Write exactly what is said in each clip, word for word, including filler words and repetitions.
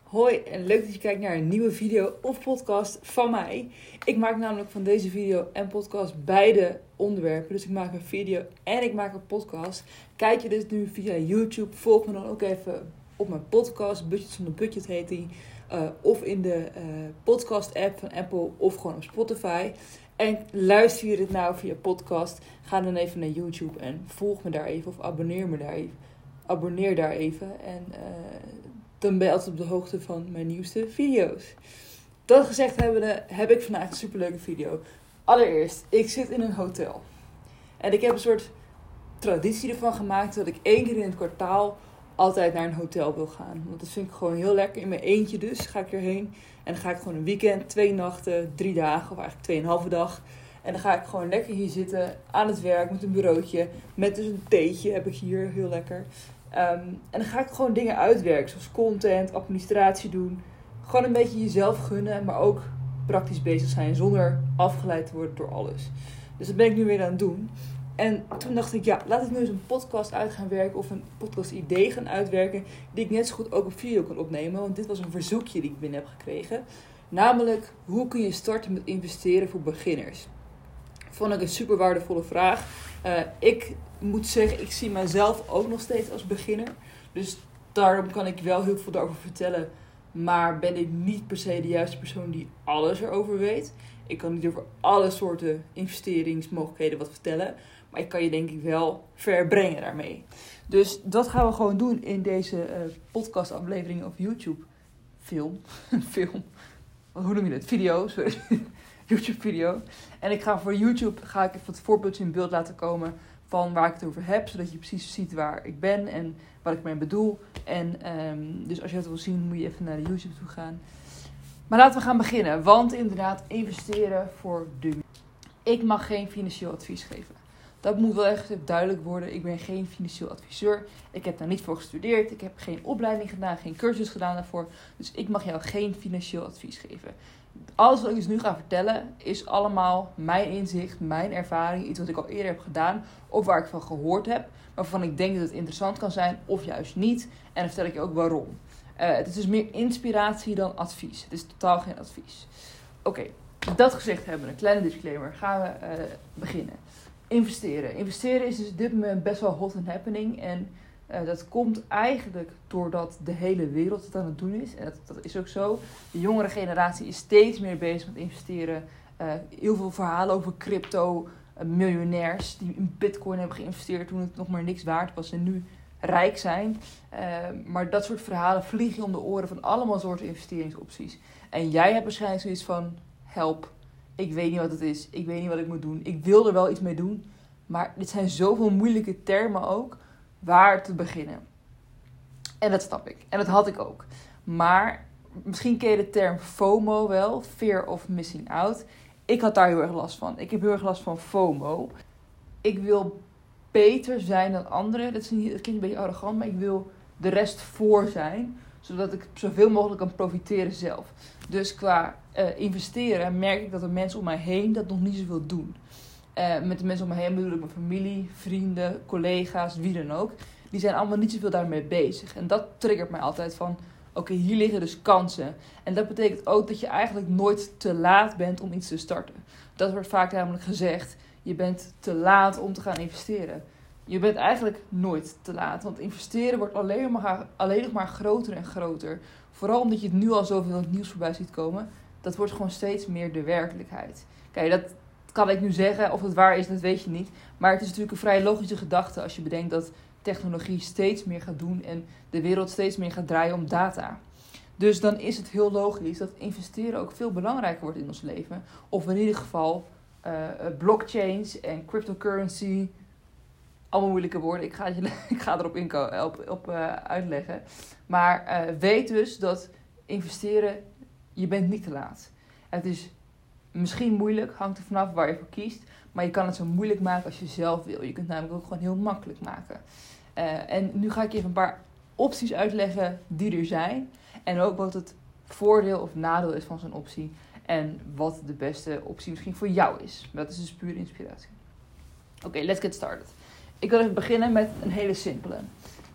Hoi en leuk dat je kijkt naar een nieuwe video of podcast van mij. Ik maak namelijk van deze video en podcast beide onderwerpen. Dus ik maak een video en ik maak een podcast. Kijk je dus nu via YouTube, volg me dan ook even op mijn podcast. Budget zonder budget heet die. Uh, of in de uh, podcast app van Apple of gewoon op Spotify. En luister je dit nou via podcast, ga dan even naar YouTube en volg me daar even of abonneer me daar even. Abonneer daar even en uh, dan ben je altijd op de hoogte van mijn nieuwste video's. Dat gezegd hebbende, heb ik vandaag een superleuke video. Allereerst, ik zit in een hotel. En ik heb een soort traditie ervan gemaakt dat ik één keer in het kwartaal altijd naar een hotel wil gaan. Want dat vind ik gewoon heel lekker. In mijn eentje dus ga ik erheen. En dan ga ik gewoon een weekend, twee nachten, drie dagen of eigenlijk tweeënhalve dag. En dan ga ik gewoon lekker hier zitten aan het werk met een bureautje. Met dus een theetje heb ik hier, heel lekker. Um, en dan ga ik gewoon dingen uitwerken, zoals content, administratie doen. Gewoon een beetje jezelf gunnen, maar ook praktisch bezig zijn zonder afgeleid te worden door alles. Dus dat ben ik nu weer aan het doen. En toen dacht ik, ja, laat ik nu eens een podcast uit gaan werken of een podcast idee gaan uitwerken die ik net zo goed ook op video kan opnemen. Want dit was een verzoekje die ik binnen heb gekregen. Namelijk, hoe kun je starten met investeren voor beginners? Vond ik een super waardevolle vraag. Uh, ik moet zeggen, ik zie mezelf ook nog steeds als beginner. Dus daarom kan ik wel heel veel daarover vertellen. Maar ben ik niet per se de juiste persoon die alles erover weet. Ik kan niet over alle soorten investeringsmogelijkheden wat vertellen. Maar ik kan je denk ik wel ver brengen daarmee. Dus dat gaan we gewoon doen in deze uh, podcastaflevering of YouTube film. film. Hoe noem je het? Video, sorry. YouTube video. En ik ga voor YouTube ga ik even het voorbeeldje in beeld laten komen van waar ik het over heb. Zodat je precies ziet waar ik ben en wat ik mee bedoel. En um, dus als je het wil zien moet je even naar de YouTube toe gaan. Maar laten we gaan beginnen. Want inderdaad, investeren voor dummies. Ik mag geen financieel advies geven. Dat moet wel echt duidelijk worden. Ik ben geen financieel adviseur. Ik heb daar niet voor gestudeerd. Ik heb geen opleiding gedaan, geen cursus gedaan daarvoor. Dus ik mag jou geen financieel advies geven. Alles wat ik dus nu ga vertellen is allemaal mijn inzicht, mijn ervaring. Iets wat ik al eerder heb gedaan of waar ik van gehoord heb. Waarvan ik denk dat het interessant kan zijn of juist niet. En dan vertel ik je ook waarom. Uh, het is dus meer inspiratie dan advies. Het is totaal geen advies. Oké, okay, dat gezegd hebben, een kleine disclaimer. Gaan we uh, beginnen. Investeren. Investeren is dus op dit moment best wel hot and happening. En uh, dat komt eigenlijk doordat de hele wereld het aan het doen is. En dat, dat is ook zo. De jongere generatie is steeds meer bezig met investeren. Uh, heel veel verhalen over crypto. Uh, miljonairs die in bitcoin hebben geïnvesteerd toen het nog maar niks waard was. En nu rijk zijn. Uh, maar dat soort verhalen vliegen je om de oren van allemaal soorten investeringsopties. En jij hebt waarschijnlijk zoiets van, help. Ik weet niet wat het is. Ik weet niet wat ik moet doen. Ik wil er wel iets mee doen. Maar dit zijn zoveel moeilijke termen ook. Waar te beginnen. En dat snap ik. En dat had ik ook. Maar misschien ken je de term FOMO wel. Fear of missing out. Ik had daar heel erg last van. Ik heb heel erg last van FOMO. Ik wil beter zijn dan anderen. Dat, is niet, dat klinkt een beetje arrogant. Maar ik wil de rest voor zijn. Zodat ik zoveel mogelijk kan profiteren zelf. Dus qua uh, investeren merk ik dat de mensen om mij heen dat nog niet zoveel doen. Uh, met de mensen om me heen bedoel ik mijn familie, vrienden, collega's, wie dan ook. Die zijn allemaal niet zoveel daarmee bezig. En dat triggert mij altijd van, oké, okay, hier liggen dus kansen. En dat betekent ook dat je eigenlijk nooit te laat bent om iets te starten. Dat wordt vaak namelijk gezegd, je bent te laat om te gaan investeren. Je bent eigenlijk nooit te laat, want investeren wordt alleen, maar, alleen nog maar groter en groter. Vooral omdat je het nu al zoveel in het nieuws voorbij ziet komen. Dat wordt gewoon steeds meer de werkelijkheid. Kijk, dat kan ik nu zeggen. Of het waar is, dat weet je niet. Maar het is natuurlijk een vrij logische gedachte als je bedenkt dat technologie steeds meer gaat doen en de wereld steeds meer gaat draaien om data. Dus dan is het heel logisch dat investeren ook veel belangrijker wordt in ons leven. Of in ieder geval uh, blockchains en cryptocurrency. Allemaal moeilijke woorden. Ik ga, je, ik ga erop inko- op, op, uh, uitleggen. Maar uh, weet dus dat investeren, je bent niet te laat. Het is misschien moeilijk, hangt er vanaf waar je voor kiest. Maar je kan het zo moeilijk maken als je zelf wil. Je kunt het namelijk ook gewoon heel makkelijk maken. Uh, en nu ga ik je even een paar opties uitleggen die er zijn. En ook wat het voordeel of nadeel is van zo'n optie. En wat de beste optie misschien voor jou is. Dat is dus pure inspiratie. Oké, okay, let's get started. Ik wil even beginnen met een hele simpele.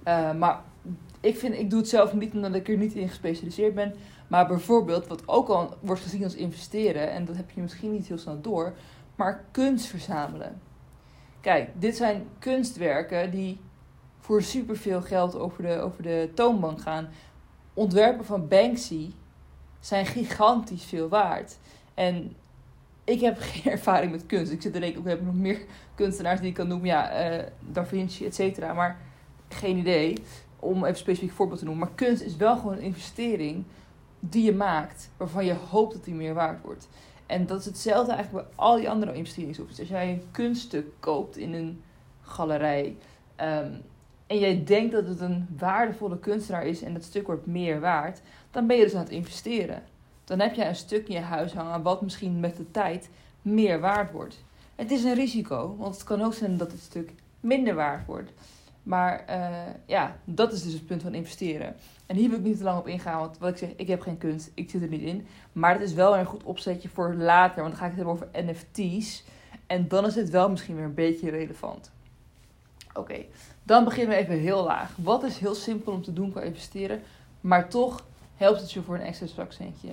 Uh, maar ik, vind, ik doe het zelf niet omdat ik er niet in gespecialiseerd ben. Maar bijvoorbeeld, wat ook al wordt gezien als investeren, en dat heb je misschien niet heel snel door, maar kunst verzamelen. Kijk, dit zijn kunstwerken die voor superveel geld over de, over de toonbank gaan. Ontwerpen van Banksy zijn gigantisch veel waard. En ik heb geen ervaring met kunst. Ik zit te denken, ook heb ik nog meer kunstenaars die ik kan noemen. Ja, uh, Da Vinci, et cetera. Maar geen idee, om even een specifiek voorbeeld te noemen. Maar kunst is wel gewoon een investering die je maakt, waarvan je hoopt dat die meer waard wordt. En dat is hetzelfde eigenlijk bij al die andere investeringsopties. Als jij een kunststuk koopt in een galerij, um, en jij denkt dat het een waardevolle kunstenaar is en dat stuk wordt meer waard, dan ben je dus aan het investeren. Dan heb jij een stuk in je huis hangen wat misschien met de tijd meer waard wordt. Het is een risico, want het kan ook zijn dat het stuk minder waard wordt. Maar uh, ja, dat is dus het punt van investeren. En hier wil ik niet te lang op ingaan, want wat ik zeg, ik heb geen kunst, ik zit er niet in. Maar het is wel een goed opzetje voor later, want dan ga ik het hebben over N F T's. En dan is het wel misschien weer een beetje relevant. Oké, okay, dan beginnen we even heel laag. Wat is heel simpel om te doen qua investeren, maar toch helpt het je voor een extra zakcentje?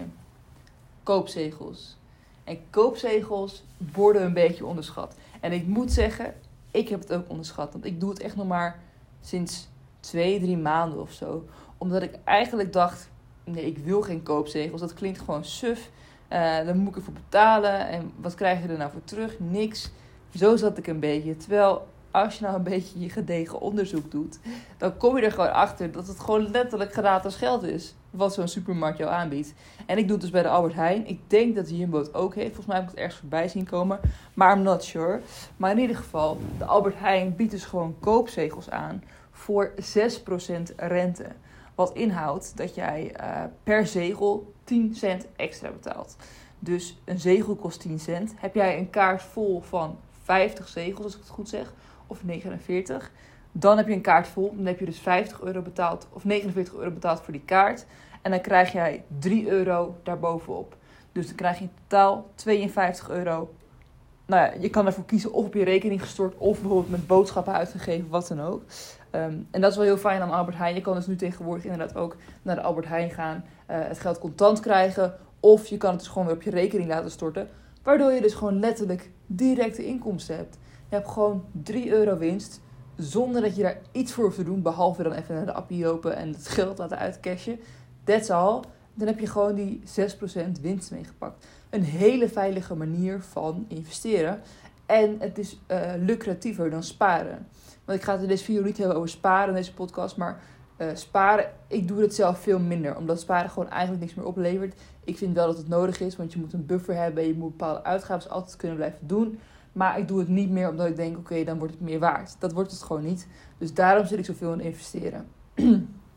Koopzegels. En koopzegels worden een beetje onderschat. En ik moet zeggen, ik heb het ook onderschat. Want ik doe het echt nog maar sinds twee, drie maanden of zo. Omdat ik eigenlijk dacht, nee, ik wil geen koopzegels. Dat klinkt gewoon suf. Uh, dan moet ik ervoor betalen. En wat krijg je er nou voor terug? Niks. Zo zat ik een beetje. Terwijl, als je nou een beetje je gedegen onderzoek doet, dan kom je er gewoon achter dat het gewoon letterlijk gratis geld is. Wat zo'n supermarkt jou aanbiedt. En ik doe het dus bij de Albert Heijn. Ik denk dat de Jumbo het ook heeft. Volgens mij heb ik het ergens voorbij zien komen. Maar I'm not sure. Maar in ieder geval, de Albert Heijn biedt dus gewoon koopzegels aan voor zes procent rente. Wat inhoudt dat jij uh, per zegel tien cent extra betaalt. Dus een zegel kost tien cent. Heb jij een kaart vol van vijftig zegels, als ik het goed zeg, of negenenveertig... Dan heb je een kaart vol. Dan heb je dus vijftig euro betaald of negenenveertig euro betaald voor die kaart. En dan krijg jij drie euro daarbovenop. Dus dan krijg je in totaal tweeënvijftig euro. Nou ja, je kan ervoor kiezen of op je rekening gestort of bijvoorbeeld met boodschappen uitgegeven, wat dan ook. Um, en dat is wel heel fijn aan Albert Heijn. Je kan dus nu tegenwoordig inderdaad ook naar de Albert Heijn gaan. Uh, het geld contant krijgen. Of je kan het dus gewoon weer op je rekening laten storten. Waardoor je dus gewoon letterlijk directe inkomsten hebt. Je hebt gewoon drie euro winst. Zonder dat je daar iets voor hoeft te doen. Behalve dan even naar de appie lopen en het geld laten uitcashen. That's all. Dan heb je gewoon die zes procent winst meegepakt. Een hele veilige manier van investeren. En het is uh, lucratiever dan sparen. Want ik ga het in deze video niet hebben over sparen in deze podcast. Maar uh, sparen, ik doe het zelf veel minder. Omdat sparen gewoon eigenlijk niks meer oplevert. Ik vind wel dat het nodig is. Want je moet een buffer hebben. Je moet bepaalde uitgaven altijd kunnen blijven doen. Maar ik doe het niet meer omdat ik denk, oké, okay, dan wordt het meer waard. Dat wordt het gewoon niet. Dus daarom zit ik zoveel in investeren. Oké,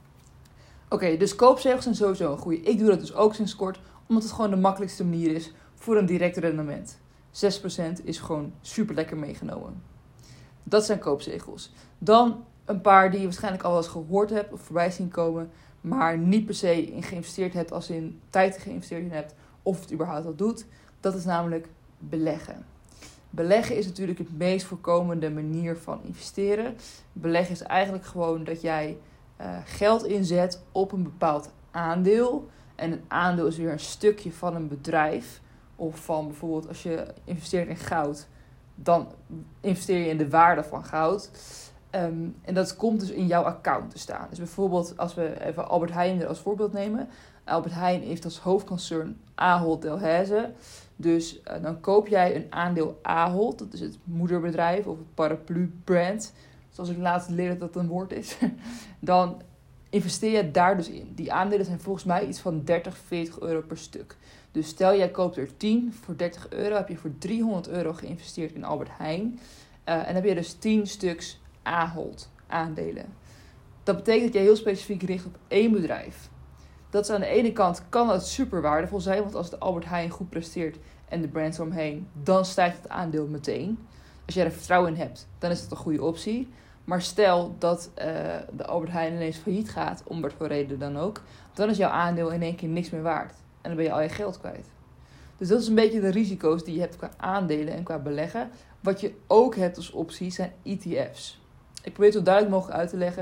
okay, dus koopzegels zijn sowieso een goeie. Ik doe dat dus ook sinds kort. Omdat het gewoon de makkelijkste manier is voor een direct rendement. zes procent is gewoon super lekker meegenomen. Dat zijn koopzegels. Dan een paar die je waarschijnlijk al wel eens gehoord hebt of voorbij zien komen. Maar niet per se in geïnvesteerd hebt als in tijd geïnvesteerd in hebt. Of het überhaupt al doet. Dat is namelijk beleggen. Beleggen is natuurlijk het meest voorkomende manier van investeren. Beleggen is eigenlijk gewoon dat jij uh, geld inzet op een bepaald aandeel. En een aandeel is weer een stukje van een bedrijf. Of van bijvoorbeeld als je investeert in goud, dan investeer je in de waarde van goud. Um, en dat komt dus in jouw account te staan. Dus bijvoorbeeld als we even Albert Heijn er als voorbeeld nemen. Albert Heijn heeft als hoofdconcern Ahold Delhaize. Dus uh, dan koop jij een aandeel Ahold. Dat is het moederbedrijf of het paraplu-brand. Zoals ik laatst leerde dat dat een woord is. Dan investeer je daar dus in. Die aandelen zijn volgens mij iets van dertig, veertig euro per stuk. Dus stel jij koopt er tien voor dertig euro. Heb je voor driehonderd euro geïnvesteerd in Albert Heijn. Uh, en heb je dus tien stuks Ahold aandelen. Dat betekent dat je heel specifiek richt op één bedrijf. Dat is aan de ene kant kan dat super waardevol zijn. Want als de Albert Heijn goed presteert en de brands eromheen, dan stijgt het aandeel meteen. Als jij er vertrouwen in hebt, dan is dat een goede optie. Maar stel dat uh, de Albert Heijn ineens failliet gaat, om wat voor reden dan ook, dan is jouw aandeel in één keer niks meer waard. En dan ben je al je geld kwijt. Dus dat is een beetje de risico's die je hebt qua aandelen en qua beleggen. Wat je ook hebt als optie zijn E T F's. Ik probeer het zo duidelijk mogelijk uit te leggen.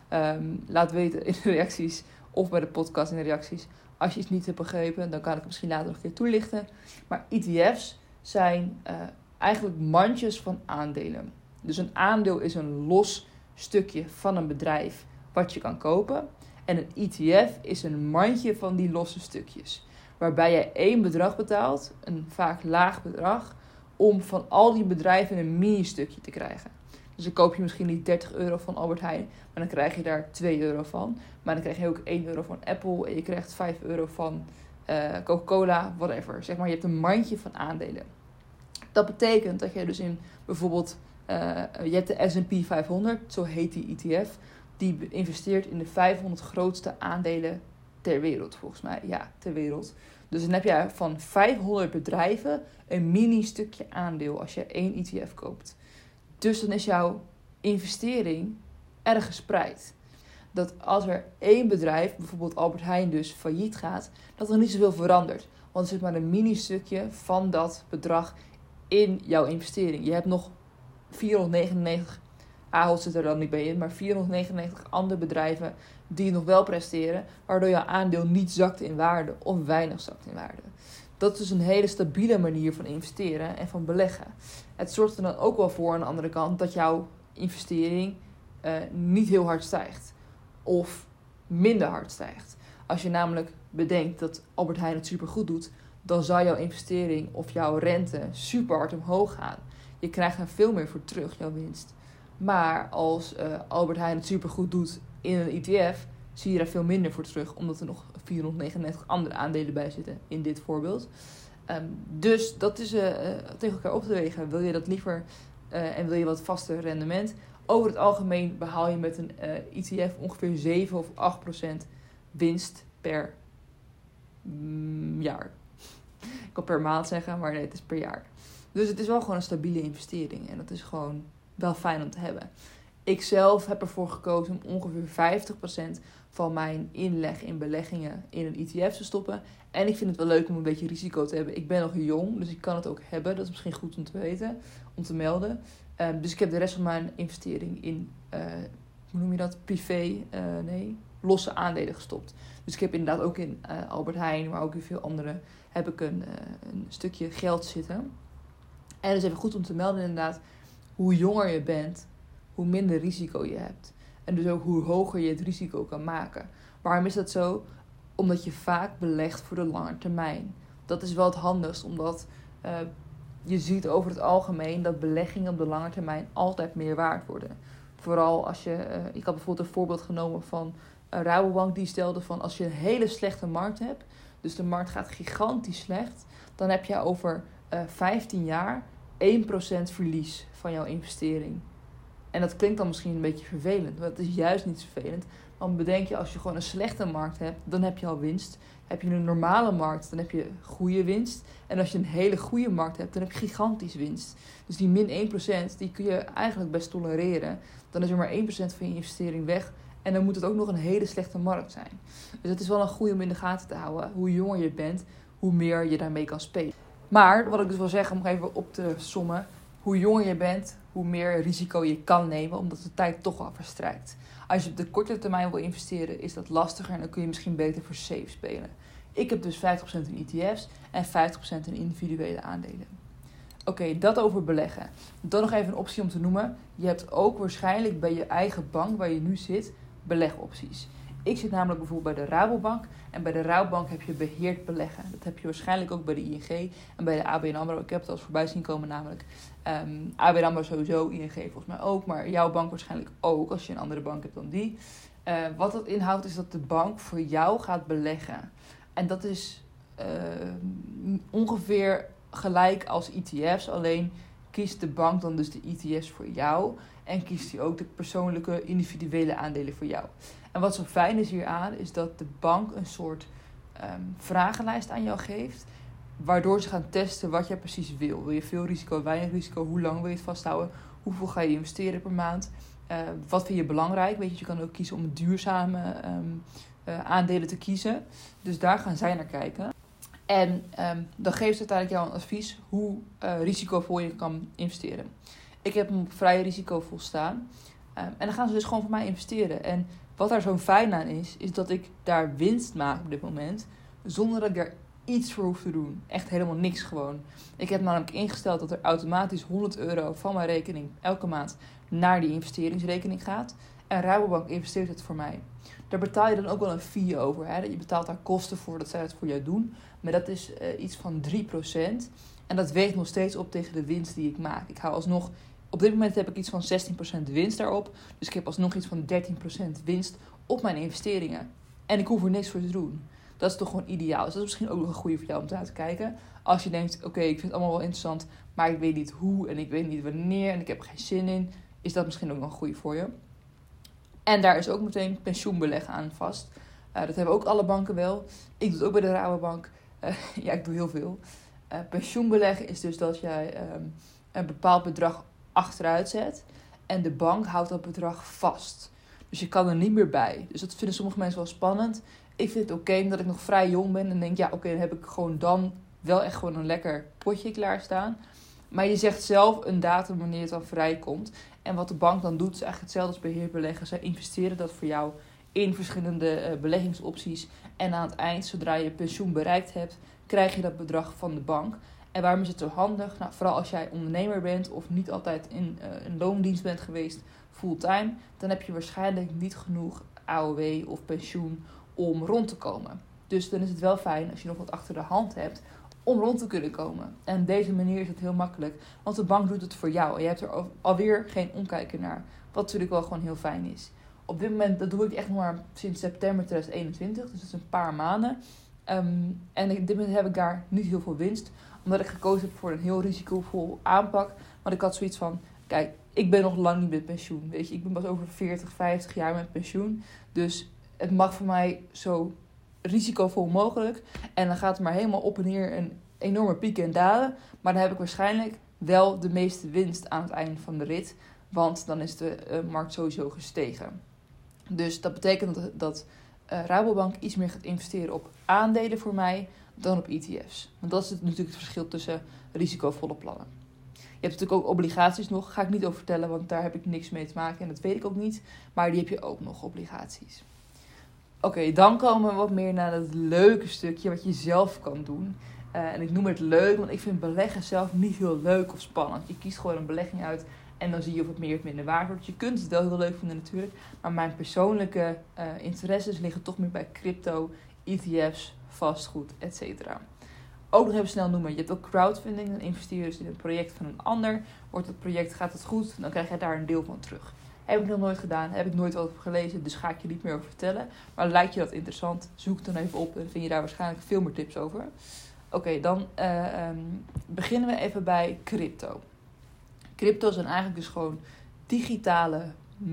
Um, laat weten in de reacties of bij de podcast in de reacties. Als je iets niet hebt begrepen, dan kan ik het misschien later nog een keer toelichten. Maar E T F's zijn uh, eigenlijk mandjes van aandelen. Dus een aandeel is een los stukje van een bedrijf wat je kan kopen. En een E T F is een mandje van die losse stukjes. Waarbij je één bedrag betaalt, een vaak laag bedrag, om van al die bedrijven een mini-stukje te krijgen. Dus dan koop je misschien niet dertig euro van Albert Heijn, maar dan krijg je daar twee euro van. Maar dan krijg je ook één euro van Apple en je krijgt vijf euro van uh, Coca-Cola, whatever. Zeg maar, je hebt een mandje van aandelen. Dat betekent dat je dus in bijvoorbeeld, uh, je hebt de S en P vijfhonderd, zo heet die E T F. Die investeert in de vijfhonderd grootste aandelen ter wereld, volgens mij. Ja, ter wereld. Dus dan heb je van vijfhonderd bedrijven een mini-stukje aandeel als je één E T F koopt. Dus dan is jouw investering erg gespreid. Dat als er één bedrijf, bijvoorbeeld Albert Heijn dus, failliet gaat, dat er niet zoveel verandert. Want er zit maar een mini-stukje van dat bedrag in jouw investering. Je hebt nog vierhonderdnegenennegentig, Ahold zit er dan niet bij in, maar vierhonderdnegenennegentig andere bedrijven die nog wel presteren, waardoor jouw aandeel niet zakt in waarde of weinig zakt in waarde. Dat is dus een hele stabiele manier van investeren en van beleggen. Het zorgt er dan ook wel voor aan de andere kant dat jouw investering uh, niet heel hard stijgt. Of minder hard stijgt. Als je namelijk bedenkt dat Albert Heijn het supergoed doet, dan zal jouw investering of jouw rente super hard omhoog gaan. Je krijgt er veel meer voor terug, jouw winst. Maar als uh, Albert Heijn het supergoed doet in een E T F, zie je daar veel minder voor terug, omdat er nog vierhonderdnegenennegentig andere aandelen bij zitten in dit voorbeeld. Um, dus dat is uh, uh, tegen elkaar op te wegen. Wil je dat liever uh, en wil je wat vaster rendement? Over het algemeen behaal je met een uh, E T F ongeveer zeven of acht procent winst per mm, jaar. Ik kan per maand zeggen, maar nee, het is per jaar. Dus het is wel gewoon een stabiele investering en dat is gewoon wel fijn om te hebben. Ik zelf heb ervoor gekozen om ongeveer vijftig procent van mijn inleg in beleggingen in een E T F te stoppen. En ik vind het wel leuk om een beetje risico te hebben. Ik ben nog jong, dus ik kan het ook hebben. Dat is misschien goed om te weten, om te melden. Um, dus ik heb de rest van mijn investering in, uh, hoe noem je dat, privé, uh, nee, losse aandelen gestopt. Dus ik heb inderdaad ook in uh, Albert Heijn, maar ook in veel andere, heb ik een, uh, een stukje geld zitten. En het is even goed om te melden inderdaad, hoe jonger je bent, hoe minder risico je hebt. En dus ook hoe hoger je het risico kan maken. Waarom is dat zo? Omdat je vaak belegt voor de lange termijn. Dat is wel het handigst, omdat uh, je ziet over het algemeen dat beleggingen op de lange termijn altijd meer waard worden. Vooral als je, uh, ik had bijvoorbeeld een voorbeeld genomen van uh, Rabobank, die stelde van als je een hele slechte markt hebt, dus de markt gaat gigantisch slecht, dan heb je over uh, vijftien jaar één procent verlies van jouw investering. En dat klinkt dan misschien een beetje vervelend, maar het is juist niet vervelend. Want bedenk je, als je gewoon een slechte markt hebt, dan heb je al winst. Heb je een normale markt, dan heb je goede winst. En als je een hele goede markt hebt, dan heb je gigantisch winst. Dus die min één procent, die kun je eigenlijk best tolereren. Dan is er maar één procent van je investering weg. En dan moet het ook nog een hele slechte markt zijn. Dus het is wel een goede om in de gaten te houden. Hoe jonger je bent, hoe meer je daarmee kan spelen. Maar, wat ik dus wil zeggen, om even op te sommen. Hoe jonger je bent, hoe meer risico je kan nemen, omdat de tijd toch wel verstrijkt. Als je op de korte termijn wil investeren, is dat lastiger en dan kun je misschien beter voor safe spelen. Ik heb dus vijftig procent in E T F's en vijftig procent in individuele aandelen. Oké, okay, dat over beleggen. Dan nog even een optie om te noemen. Je hebt ook waarschijnlijk bij je eigen bank waar je nu zit, belegopties. Ik zit namelijk bijvoorbeeld bij de Rabobank. En bij de Rabobank heb je beheerd beleggen. Dat heb je waarschijnlijk ook bij de I N G en bij de A B N AMRO. Ik heb het al eens voorbij zien komen namelijk. Um, A B N AMRO sowieso, I N G volgens mij ook. Maar jouw bank waarschijnlijk ook, als je een andere bank hebt dan die. Uh, wat dat inhoudt is dat de bank voor jou gaat beleggen. En dat is uh, ongeveer gelijk als E T F's. Alleen kiest de bank dan dus de E T F's voor jou. En kiest hij ook de persoonlijke individuele aandelen voor jou. En wat zo fijn is hieraan, is dat de bank een soort um, vragenlijst aan jou geeft. Waardoor ze gaan testen wat jij precies wil. Wil je veel risico, weinig risico? Hoe lang wil je het vasthouden? Hoeveel ga je investeren per maand? Uh, wat vind je belangrijk? Weet je, je kan ook kiezen om duurzame um, uh, aandelen te kiezen. Dus daar gaan zij naar kijken. En um, dan geeft ze uiteindelijk jou een advies hoe uh, risicovol je kan investeren. Ik heb hem op vrij risicovol staan. Um, en dan gaan ze dus gewoon voor mij investeren. En wat daar zo fijn aan is, is dat ik daar winst maak op dit moment, zonder dat ik daar iets voor hoef te doen. Echt helemaal niks gewoon. Ik heb namelijk ingesteld dat er automatisch honderd euro van mijn rekening elke maand naar die investeringsrekening gaat. En Rabobank investeert het voor mij. Daar betaal je dan ook wel een fee over. Hè? Je betaalt daar kosten voor dat zij het voor jou doen. Maar dat is uh, iets van drie procent. En dat weegt nog steeds op tegen de winst die ik maak. Ik hou alsnog, op dit moment heb ik iets van zestien procent winst daarop. Dus ik heb alsnog iets van dertien procent winst op mijn investeringen. En ik hoef er niks voor te doen. Dat is toch gewoon ideaal. Dus dat is misschien ook nog een goede voor jou om te laten kijken. Als je denkt, oké, okay, ik vind het allemaal wel interessant, maar ik weet niet hoe en ik weet niet wanneer en ik heb er geen zin in, is dat misschien ook nog een goede voor je. En daar is ook meteen pensioenbeleggen aan vast. Uh, dat hebben ook alle banken wel. Ik doe het ook bij de Rabobank. Uh, ja, ik doe heel veel. Uh, pensioenbeleggen is dus dat jij um, een bepaald bedrag achteruit zet. En de bank houdt dat bedrag vast. Dus je kan er niet meer bij. Dus dat vinden sommige mensen wel spannend. Ik vind het oké, okay, omdat ik nog vrij jong ben. En denk, ja, oké, okay, dan heb ik gewoon dan wel echt gewoon een lekker potje klaarstaan. Maar je zegt zelf een datum wanneer het dan vrijkomt. En wat de bank dan doet, is eigenlijk hetzelfde als beheerbeleggen. Zij investeren dat voor jou in verschillende uh, beleggingsopties. En aan het eind, zodra je pensioen bereikt hebt, krijg je dat bedrag van de bank. En waarom is het zo handig? Nou, vooral als jij ondernemer bent of niet altijd in uh, een loondienst bent geweest, fulltime, dan heb je waarschijnlijk niet genoeg A O W of pensioen om rond te komen. Dus dan is het wel fijn als je nog wat achter de hand hebt om rond te kunnen komen. En op deze manier is het heel makkelijk, want de bank doet het voor jou. En je hebt er alweer geen omkijken naar, wat natuurlijk wel gewoon heel fijn is. Op dit moment, dat doe ik echt nog maar sinds september tweeduizend eenentwintig, dus dat is een paar maanden. Um, en op dit moment heb ik daar niet heel veel winst, omdat ik gekozen heb voor een heel risicovol aanpak. Want ik had zoiets van, kijk, ik ben nog lang niet met pensioen. Weet je, ik ben pas over veertig, vijftig jaar met pensioen. Dus het mag voor mij zo risicovol mogelijk. En dan gaat het maar helemaal op en neer en enorme pieken en dalen. Maar dan heb ik waarschijnlijk wel de meeste winst aan het einde van de rit. Want dan is de uh, markt sowieso gestegen. Dus dat betekent dat, dat uh, Rabobank iets meer gaat investeren op aandelen voor mij dan op E T F's. Want dat is het, natuurlijk het verschil tussen risicovolle plannen. Je hebt natuurlijk ook obligaties nog. Ga ik niet over vertellen, want daar heb ik niks mee te maken. En dat weet ik ook niet. Maar die heb je ook nog, obligaties. Oké, okay, dan komen we wat meer naar het leuke stukje wat je zelf kan doen. Uh, en ik noem het leuk, want ik vind beleggen zelf niet heel leuk of spannend. Je kiest gewoon een belegging uit en dan zie je of het meer of minder waard wordt. Je kunt het wel heel leuk vinden natuurlijk. Maar mijn persoonlijke uh, interesses liggen toch meer bij crypto, E T F's, vastgoed, et cetera. Ook nog even snel noemen. Je hebt ook crowdfunding. Dan investeer je dus in een project van een ander. Wordt het project, gaat het goed, dan krijg je daar een deel van terug. Heb ik nog nooit gedaan, heb ik nooit wat over gelezen, dus ga ik je niet meer over vertellen. Maar lijkt je dat interessant, zoek het dan even op en vind je daar waarschijnlijk veel meer tips over. Oké, okay, dan uh, um, beginnen we even bij crypto. Crypto zijn eigenlijk dus gewoon digitale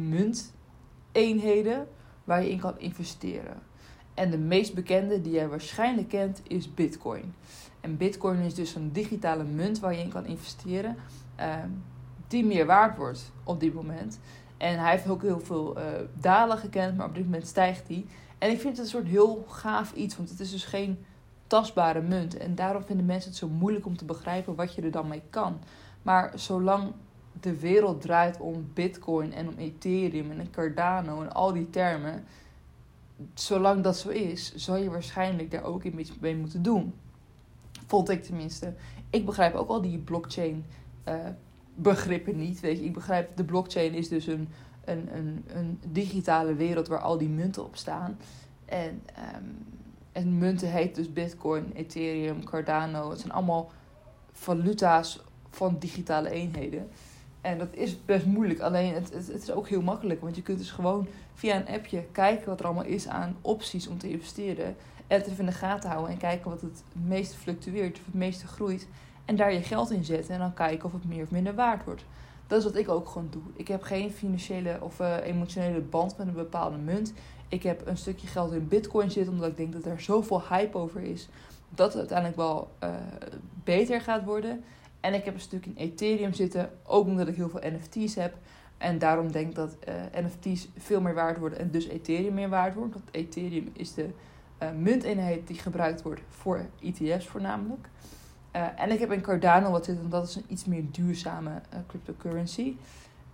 munteenheden waar je in kan investeren. En de meest bekende die jij waarschijnlijk kent is Bitcoin. En Bitcoin is dus een digitale munt waar je in kan investeren, uh, die meer waard wordt op dit moment. En hij heeft ook heel veel uh, dalen gekend, maar op dit moment stijgt hij. En ik vind het een soort heel gaaf iets, want het is dus geen tastbare munt. En daarom vinden mensen het zo moeilijk om te begrijpen wat je er dan mee kan. Maar zolang de wereld draait om Bitcoin en om Ethereum en Cardano en al die termen, zolang dat zo is, zal je waarschijnlijk daar ook iets mee moeten doen. Vond ik tenminste. Ik begrijp ook al die blockchain uh, begrippen niet. Weet je, ik begrijp, de blockchain is dus een, een, een, een digitale wereld waar al die munten op staan. En, um, en munten heet dus Bitcoin, Ethereum, Cardano. Het zijn allemaal valuta's van digitale eenheden. En dat is best moeilijk. Alleen het, het, het is ook heel makkelijk. Want je kunt dus gewoon via een appje kijken wat er allemaal is aan opties om te investeren. En het even in de gaten houden en kijken wat het meeste fluctueert of het meeste groeit. En daar je geld in zetten en dan kijken of het meer of minder waard wordt. Dat is wat ik ook gewoon doe. Ik heb geen financiële of uh, emotionele band met een bepaalde munt. Ik heb een stukje geld in Bitcoin zitten omdat ik denk dat er zoveel hype over is dat het uiteindelijk wel uh, beter gaat worden. En ik heb een stuk in Ethereum zitten, ook omdat ik heel veel N F T's heb. En daarom denk ik dat uh, N F T's veel meer waard worden en dus Ethereum meer waard wordt. Want Ethereum is de uh, munteenheid die gebruikt wordt voor E T F's voornamelijk. Uh, en ik heb in Cardano wat zitten, want dat is een iets meer duurzame uh, cryptocurrency.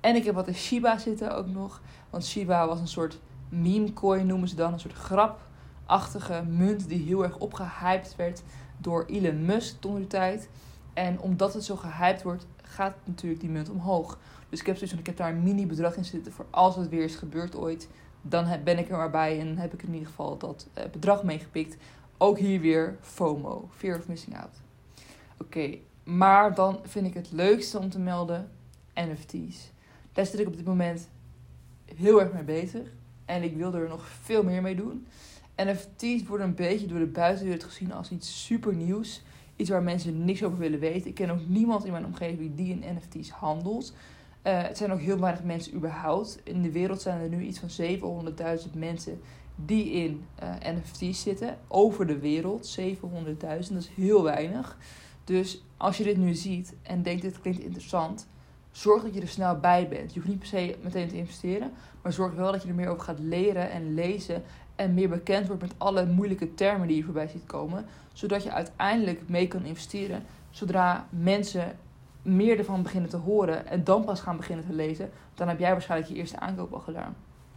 En ik heb wat in Shiba zitten ook nog. Want Shiba was een soort meme coin noemen ze dan. Een soort grapachtige munt die heel erg opgehyped werd door Elon Musk toen die tijd. En omdat het zo gehyped wordt, gaat natuurlijk die munt omhoog. Dus ik heb zoiets van, ik heb daar een mini bedrag in zitten voor als het weer is gebeurd ooit. Dan ben ik er maar bij en heb ik in ieder geval dat uh, bedrag meegepikt. Ook hier weer FOMO, Fear of Missing Out. Oké, okay, maar dan vind ik het leukste om te melden N F T's. Daar zit ik op dit moment heel erg mee bezig. En ik wil er nog veel meer mee doen. N F T's worden een beetje door de buitenwereld gezien als iets super nieuws. Iets waar mensen niks over willen weten. Ik ken ook niemand in mijn omgeving die in N F T's handelt. Uh, het zijn ook heel weinig mensen überhaupt. In de wereld zijn er nu iets van zevenhonderdduizend mensen die in uh, N F T's zitten. Over de wereld, zevenhonderdduizend, dat is heel weinig. Dus als je dit nu ziet en denkt dit klinkt interessant, zorg dat je er snel bij bent. Je hoeft niet per se meteen te investeren, maar zorg wel dat je er meer over gaat leren en lezen en meer bekend wordt met alle moeilijke termen die je voorbij ziet komen, zodat je uiteindelijk mee kan investeren zodra mensen meer ervan beginnen te horen en dan pas gaan beginnen te lezen. Dan heb jij waarschijnlijk je eerste aankoop al gedaan.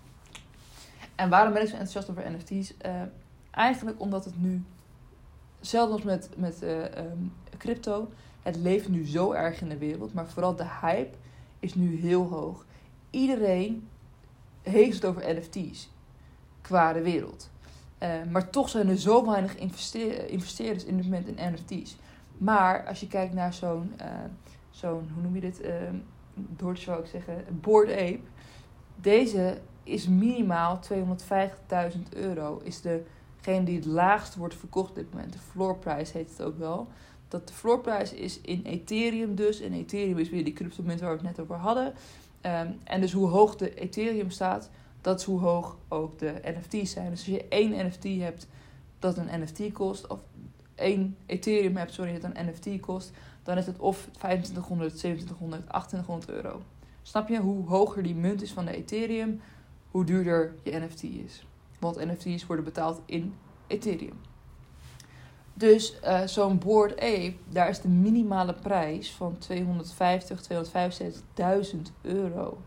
En waarom ben ik zo enthousiast over N F T's? Uh, eigenlijk omdat het nu, zelfs als met, met uh, um, crypto, het leeft nu zo erg in de wereld, maar vooral de hype is nu heel hoog. Iedereen heeft het over N F T's qua de wereld. Uh, maar toch zijn er zo weinig investeer- investeerders in dit moment in N F T's. Maar als je kijkt naar zo'n, uh, zo'n hoe noem je dit, uh, Dodge zou ik zeggen, Bored Ape. Deze is minimaal tweehonderdvijftigduizend euro. Is degene die het laagst wordt verkocht op dit moment. De floor price heet het ook wel. Dat de floor price is in Ethereum dus. En Ethereum is weer die cryptomunt waar we het net over hadden. Um, en dus hoe hoog de Ethereum staat, dat is hoe hoog ook de N F T's zijn. Dus als je één N F T hebt dat een N F T kost, of één Ethereum hebt, sorry, dat een N F T kost, dan is het of vijfentwintighonderd, zevenentwintighonderd, achtentwintighonderd euro. Snap je? Hoe hoger die munt is van de Ethereum, hoe duurder je N F T is. Want N F T's worden betaald in Ethereum. Dus uh, zo'n Bored Ape, daar is de minimale prijs van tweehonderdvijftig, tweehonderdvijfenzeventigduizend euro.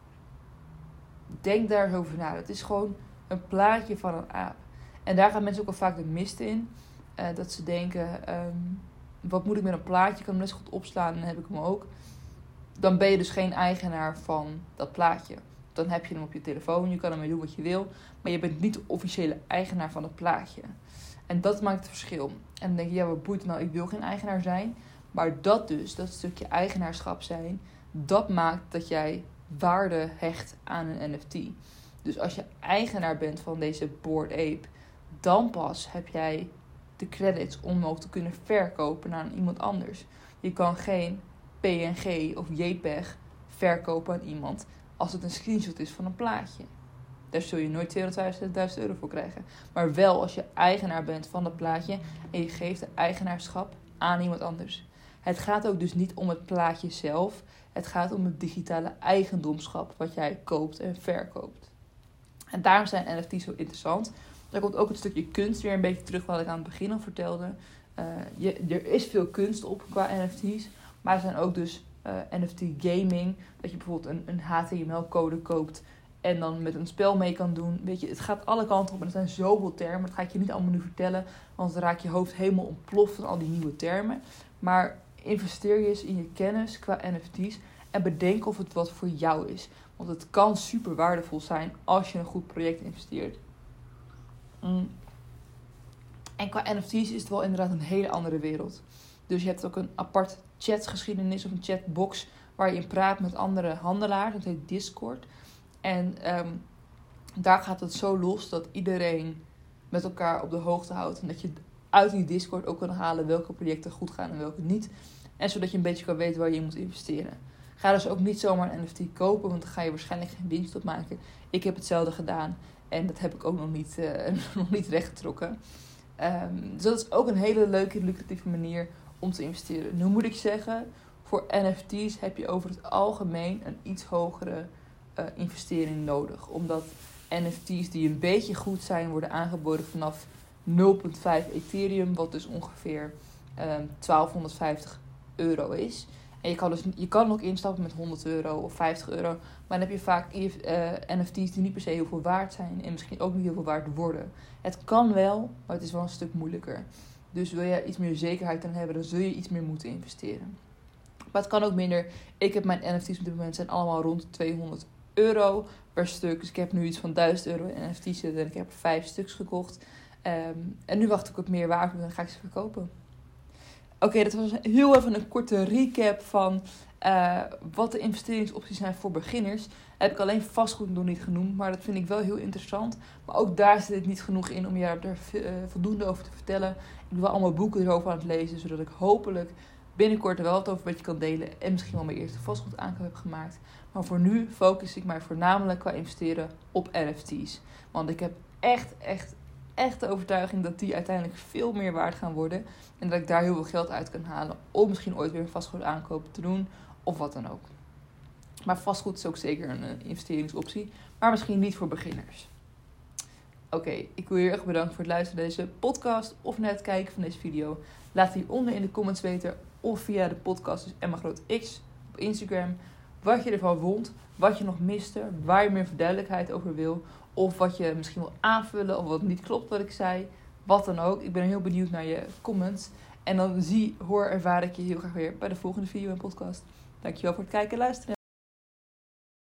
Denk daar eens over na. Het is gewoon een plaatje van een aap. En daar gaan mensen ook al vaak de mist in. Uh, dat ze denken, um, wat moet ik met een plaatje? Ik kan hem net zo goed opslaan en dan heb ik hem ook. Dan ben je dus geen eigenaar van dat plaatje. Dan heb je hem op je telefoon, je kan ermee doen wat je wil. Maar je bent niet de officiële eigenaar van het plaatje. En dat maakt het verschil. En dan denk je, ja, wat boeit het nou? Ik wil geen eigenaar zijn. Maar dat dus, dat stukje eigenaarschap zijn, dat maakt dat jij waarde hecht aan een N F T. Dus als je eigenaar bent van deze Bored Ape, dan pas heb jij de credits om ook te kunnen verkopen naar iemand anders. Je kan geen P N G of JPEG verkopen aan iemand als het een screenshot is van een plaatje. Daar zul je nooit tweehonderdvijfenzestigduizend euro voor krijgen. Maar wel als je eigenaar bent van dat plaatje en je geeft de eigenaarschap aan iemand anders. Het gaat ook dus niet om het plaatje zelf. Het gaat om het digitale eigendomschap wat jij koopt en verkoopt. En daarom zijn N F T's zo interessant. Daar komt ook het stukje kunst weer een beetje terug wat ik aan het begin al vertelde. Uh, je, er is veel kunst op qua N F T's. Maar er zijn ook dus uh, N F T gaming. Dat je bijvoorbeeld een, een H T M L-code koopt en dan met een spel mee kan doen. Weet je, het gaat alle kanten op en er zijn zoveel termen. Dat ga ik je niet allemaal nu vertellen, want dan raakt je hoofd helemaal ontploft van al die nieuwe termen. Maar investeer je eens in je kennis qua N F T's en bedenk of het wat voor jou is. Want het kan super waardevol zijn als je een goed project investeert. Mm. En qua N F T's is het wel inderdaad een hele andere wereld. Dus je hebt ook een apart chatgeschiedenis of een chatbox waar je in praat met andere handelaars. Dat heet Discord. En um, daar gaat het zo los dat iedereen met elkaar op de hoogte houdt. En dat je uit die Discord ook kan halen welke projecten goed gaan en welke niet. En zodat je een beetje kan weten waar je moet investeren. Ga dus ook niet zomaar een N F T kopen, want dan ga je waarschijnlijk geen winst op maken. Ik heb hetzelfde gedaan en dat heb ik ook nog niet, uh, nog niet rechtgetrokken. Um, dus dat is ook een hele leuke, lucratieve manier om te investeren. Nu moet ik zeggen, voor N F T's heb je over het algemeen een iets hogere uh, investering nodig. Omdat N F T's die een beetje goed zijn, worden aangeboden vanaf nul komma vijf Ethereum, wat dus ongeveer um, twaalfhonderdvijftig euro is. En je kan, dus, je kan ook instappen met honderd euro of vijftig euro. Maar dan heb je vaak uh, N F T's die niet per se heel veel waard zijn. En misschien ook niet heel veel waard worden. Het kan wel, maar het is wel een stuk moeilijker. Dus wil je iets meer zekerheid aan hebben, dan zul je iets meer moeten investeren. Maar het kan ook minder. Ik heb mijn N F T's op dit moment zijn allemaal rond de tweehonderd euro per stuk. Dus ik heb nu iets van duizend euro in N F T's zitten. En ik heb er vijf stuks gekocht. Um, en nu wacht ik op meer waard en dan ga ik ze verkopen. Oké, okay, dat was heel even een korte recap van uh, wat de investeringsopties zijn voor beginners. Heb ik alleen vastgoed nog niet genoemd, maar dat vind ik wel heel interessant. Maar ook daar zit het niet genoeg in om je er uh, voldoende over te vertellen. Ik wil allemaal boeken erover aan het lezen, zodat ik hopelijk binnenkort er wel wat over met je kan delen. En misschien wel mijn eerste vastgoed aankoop heb gemaakt. Maar voor nu focus ik mij voornamelijk qua investeren op N F T's. Want ik heb echt, echt... echt de overtuiging dat die uiteindelijk veel meer waard gaan worden. En dat ik daar heel veel geld uit kan halen om misschien ooit weer een vastgoed aankoop te doen. Of wat dan ook. Maar vastgoed is ook zeker een uh, investeringsoptie. Maar misschien niet voor beginners. Oké, okay, ik wil je erg bedanken voor het luisteren naar deze podcast. Of naar het kijken van deze video. Laat hieronder in de comments weten. Of via de podcast, dus Emma Groot X op Instagram. Wat je ervan vond. Wat je nog miste. Waar je meer verduidelijkheid over wil. Of wat je misschien wil aanvullen. Of wat niet klopt wat ik zei. Wat dan ook. Ik ben heel benieuwd naar je comments. En dan zie, hoor, ervaar ik je heel graag weer bij de volgende video en podcast. Dankjewel voor het kijken en luisteren.